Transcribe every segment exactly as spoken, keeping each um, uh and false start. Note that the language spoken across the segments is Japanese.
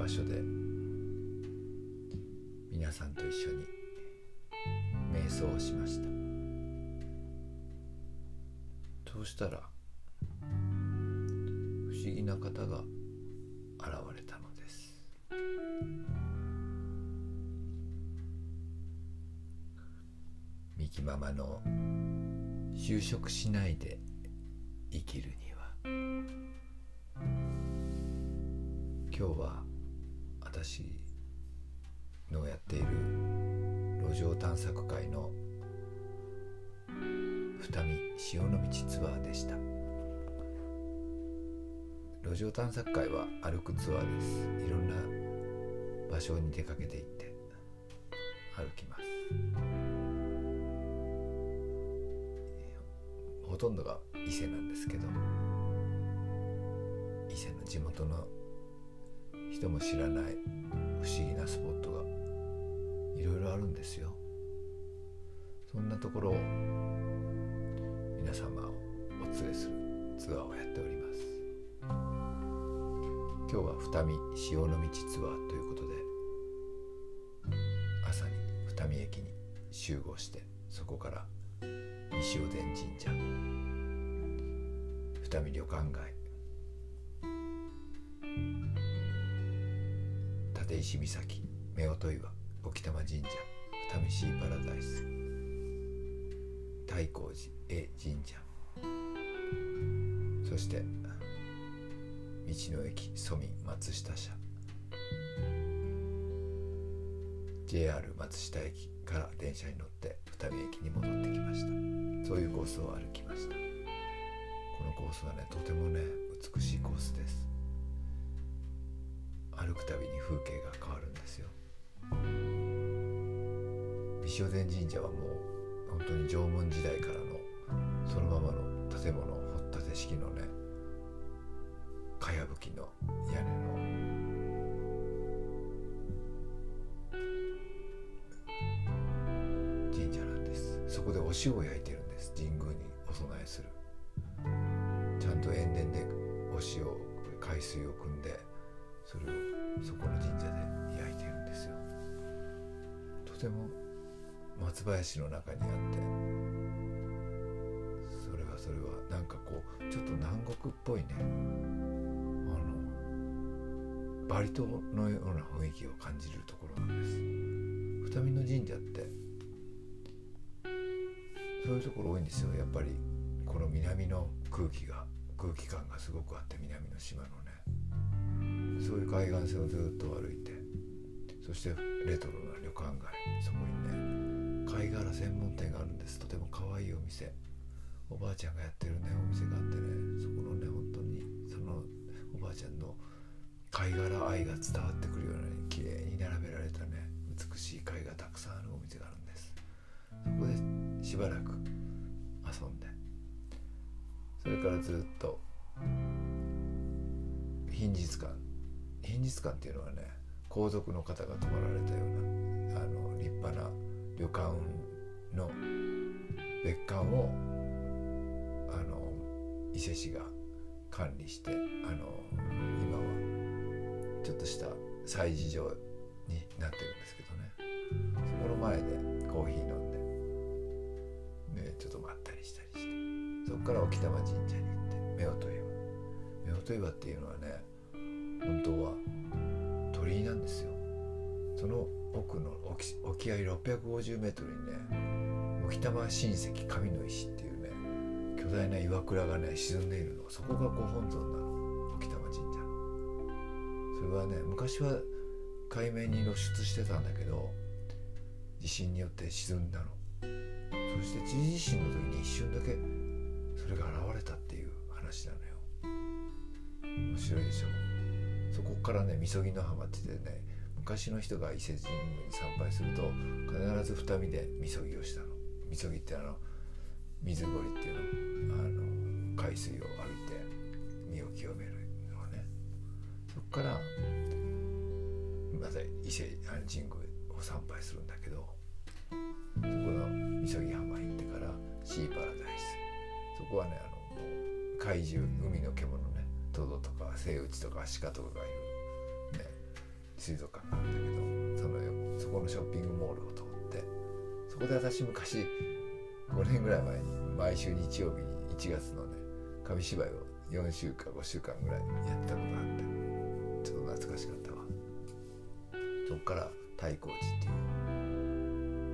場所で皆さんと一緒に瞑想をしました。そうしたら不思議な方が現れたのです。みきママの就職しないで生きるには、今日は私のやっている路上探索会の二見潮の道ツアーでした。路上探索会は歩くツアーです。いろんな場所に出かけていって歩きます。ほとんどが伊勢なんですけど、伊勢の地元の人も知らない不思議なスポットがいろいろあるんですよ。そんなところを皆様をお連れするツアーをやっております。今日は二見潮の道ツアーということで、朝に二見駅に集合して、そこから西尾伝神社、二見旅館街、立石岬、夫婦岩、沖玉神社、二見シーパラダイス、太閤寺永神社、そして道の駅蘇民松下車、 ジェイアール 松下駅から電車に乗って二見駅に戻ってきました。そういうコースを歩きました。このコースはね、とてもね美しいコースです。歩くたびに風景が変わるんですよ。西尾伝神社はもう本当に縄文時代からのそのままの建物、掘ったて式のね、かやぶきの屋根の神社なんです。そこでお塩を焼いてるんです。神宮にお供えする、ちゃんと塩田でお塩、海水を汲んで、それをそこの神社で焼いてるんですよ。とても松林の中にあって、それはそれはなんかこうちょっと南国っぽいね、あのバリ島のような雰囲気を感じるところなんです。二見の神社ってそういうところ多いんですよ。やっぱりこの南の空気が空気感がすごくあって、南の島のね、そういう海岸線をずっと歩いて、そしてレトロな旅館街、そこにね貝殻専門店があるんです。とても可愛いお店、おばあちゃんがやってるねお店があってね、そこのね本当にそのおばあちゃんの貝殻愛が伝わってくるような、ね、綺麗に並べられたね美しい貝がたくさんあるお店があるんです。そこでしばらく遊んで、それからずっと品日館、品日館っていうのはね、皇族の方が泊まられたようなあの立派な旅館の別館をあの伊勢市が管理して、あの今はちょっとした催事場になってるんですけどね、そこの前でコーヒー飲んで、ね、ちょっとまったりしたりして、そこから沖玉神社に行って夫婦岩、夫婦岩っていうのはね、本当は鳥居なんですよ。その奥の 沖, 沖合ろっぴゃくごじゅうメートルにね、沖玉神石神の石っていうね巨大な岩倉がね沈んでいるの、そこがご本尊なの、沖玉神社の。それはね、昔は海面に露出してたんだけど、地震によって沈んだの。そして地地震の時に一瞬だけそれが現れたっていう話なのよ。面白いでしょ。そこからね、みそぎの浜って言ってね、昔の人が伊勢神宮に参拝すると必ず二見でみそぎをしたの。みそぎってあの水堀っていうの、あの海水を浴びて身を清めるのね。そこからまた伊勢神宮を参拝するんだけど、そこのみそぎ浜行ってからシーパラダイス、そこはね、あの怪獣、海の獣ね、トドとかセイウチとかアシカとかがいるね、 水族館があるんだけど、その横そこのショッピングモールを通って、そこで私昔ごねんぐらい前に毎週日曜日にいちがつのね紙芝居をよんしゅうかんごしゅうかんぐらいやったことがあって、ちょっと懐かしかったわ。そこから太閤寺っていう、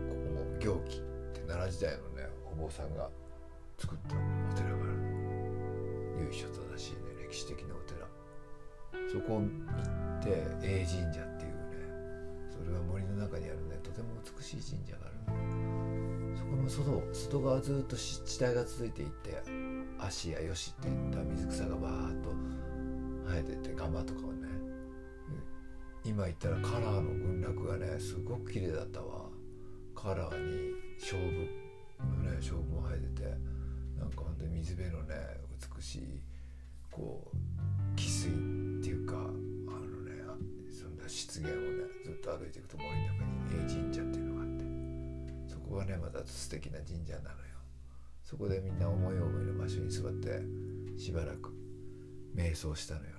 ここも行基って奈良時代のねお坊さんが作ったお寺があるの。由緒正しいね歴史的なお寺、そこ行って永神社っていうね、それは森の中にあるねとても美しい神社があるの。そこの外外側ずっと地帯が続いていて、芦や吉っていった水草がバーッと生えてて、ガマとかはね、今言ったらカラーの群落がねすごく綺麗だったわ。カラーに菖蒲のね菖蒲も生えてて、なんか本当に水辺のね美しいこう汽水っていうか、あのねそんな湿原をねずっと歩いていくと森の中に永神社っていうのがあって、そこがねまた素敵な神社なのよ。そこでみんな思い思いの場所に座ってしばらく瞑想したのよね。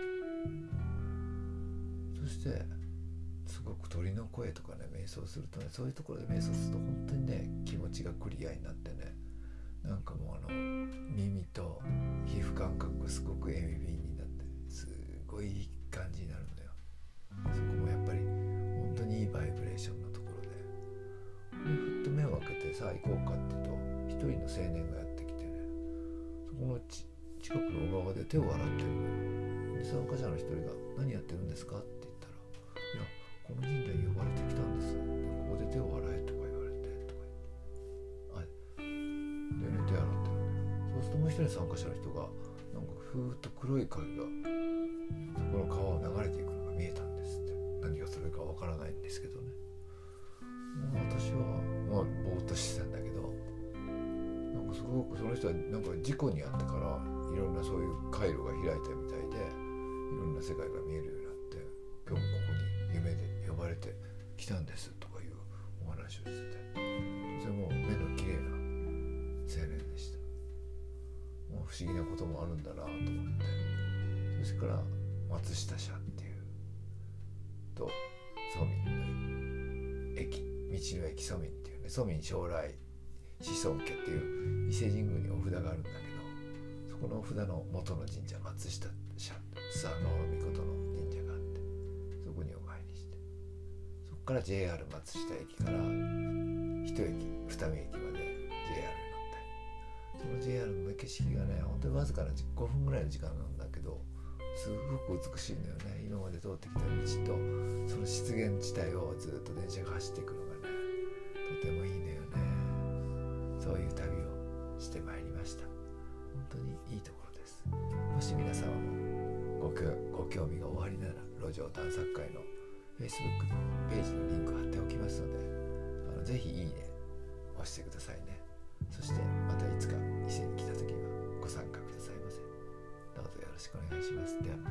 そしてすごく鳥の声とかね瞑想するとね、そういうところで瞑想すると本当にね気持ちがクリアになってね、なんかもうあの耳と皮膚感覚がすごくえみびんになってすごいいい感じになるんだよ。そこもやっぱり本当にいいバイブレーションのところで、でふっと目を開けてさあ行こうかって言うと一人の青年がやってきてね、そこのち近くの小川で手を洗ってるのよ。で参加者の一人が何やってるんですかって言ったら、いやこの神社に呼ばれてきたんです、でここで手を洗えとか言われてとか言って、あでね手洗ってるんだよ。そうするともう一人参加者の人がなんかふーっと黒い影がそこの川を流れていくのが見えたんですって。何がそれかわからないんですけどね。もう私はまあぼーっとしてたんだけど、なんかすごくその人はなんか事故に遭ってからいろんなそういう回路が開いたみたいで、いろんな世界が見えるようになって、今日もここに夢で呼ばれてきたんですとかいうお話をしてて、とても目の綺麗な青年でした。もう不思議なこともあるんだなと思って、そしてから松下社っていうと蘇民の駅、道の駅蘇民っていうね、蘇民将来子孫家っていう伊勢神宮にお札があるんだけど、そこのお札の元の神社松下社須佐の命の神社があって、そこにお参りして、そこから ジェイアール 松下駅から一駅二見駅まで ジェイアール に乗って、その ジェイアール の景色がね本当にわずかなごふんぐらいの時間なんだけど、すごく美しいんだよね。今まで通ってきた道とその湿原地帯をずっと電車が走っていくのがねとてもいいんだよね。そういう旅をしてまいりました。本当にいいところです。もし皆様もごご興味がおありなら、路上探索会の Facebook ページのリンク貼っておきますので、あのぜひいいね押してくださいね。そしてまたいつか伊勢に来た時にはご参加くださいませ。どうぞよろしくお願いします。では。